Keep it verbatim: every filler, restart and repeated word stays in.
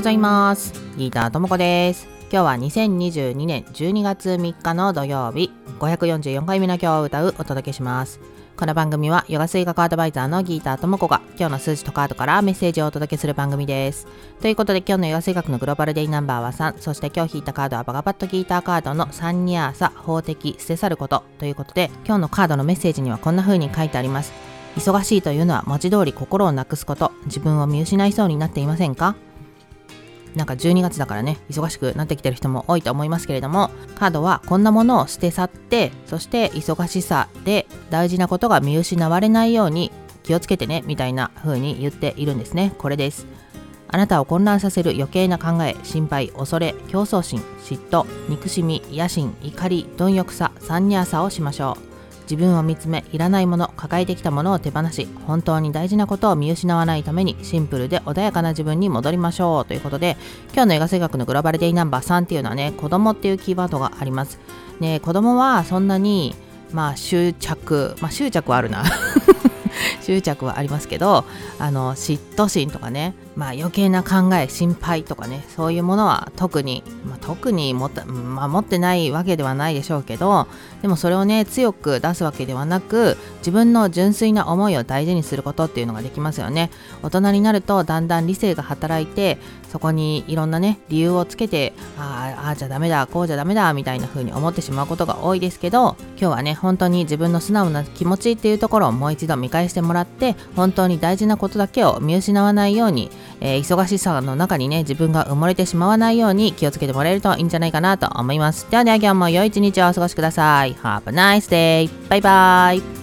ございます。ギーターともこです。今日はにせんにじゅうにねんじゅうにがつみっかの土曜日、ごひゃくよんじゅうよんかいめの今日を歌うお届けします。この番組はヨガ水学アドバイザーのギーターともこが今日の数字とカードからメッセージをお届けする番組です。ということで今日のヨガ水学のグローバルデイナンバーはさん、そして今日引いたカードはバガバットギーターカードのサンニャーサ法的捨て去ることということで、今日のカードのメッセージにはこんな風に書いてあります。忙しいというのは文字通り心をなくすこと。自分を見失いそうになっていませんか？なんかじゅうにがつだからね、忙しくなってきてる人も多いと思いますけれども、カードはこんなものを捨て去って、そして忙しさで大事なことが見失われないように気をつけてねみたいな風に言っているんですね。これです。あなたを混乱させる余計な考え、心配、恐れ、競争心、嫉妬、憎しみ、野心、怒り、貪欲さ、サンニャーサをしましょう。自分を見つめ、いらないもの、抱えてきたものを手放し、本当に大事なことを見失わないためにシンプルで穏やかな自分に戻りましょうということで、今日のヨガ水学のグローバルデイナンバーさんっていうのはね、子供っていうキーワードがあります。ね、子供はそんなにまあ執着、まあ執着はあるな執着はありますけど、あの嫉妬心とかね、まあ余計な考え、心配とかね、そういうものは特に、まあ、特に持った、まあ、持ってないわけではないでしょうけど、でもそれをね強く出すわけではなく、自分の純粋な思いを大事にすることっていうのができますよね。大人になるとだんだん理性が働いて、そこにいろんなね理由をつけて、ああじゃダメだ、こうじゃダメだみたいな風に思ってしまうことが多いですけど、今日はね本当に自分の素直な気持ちっていうところをもう一度見返してもらって、本当に大事なことだけを見失わないように、えー、忙しさの中にね自分が埋もれてしまわないように気をつけてもらえるといいんじゃないかなと思います。ではでは今日も良い一日をお過ごしください。Have a nice day. バイバイ。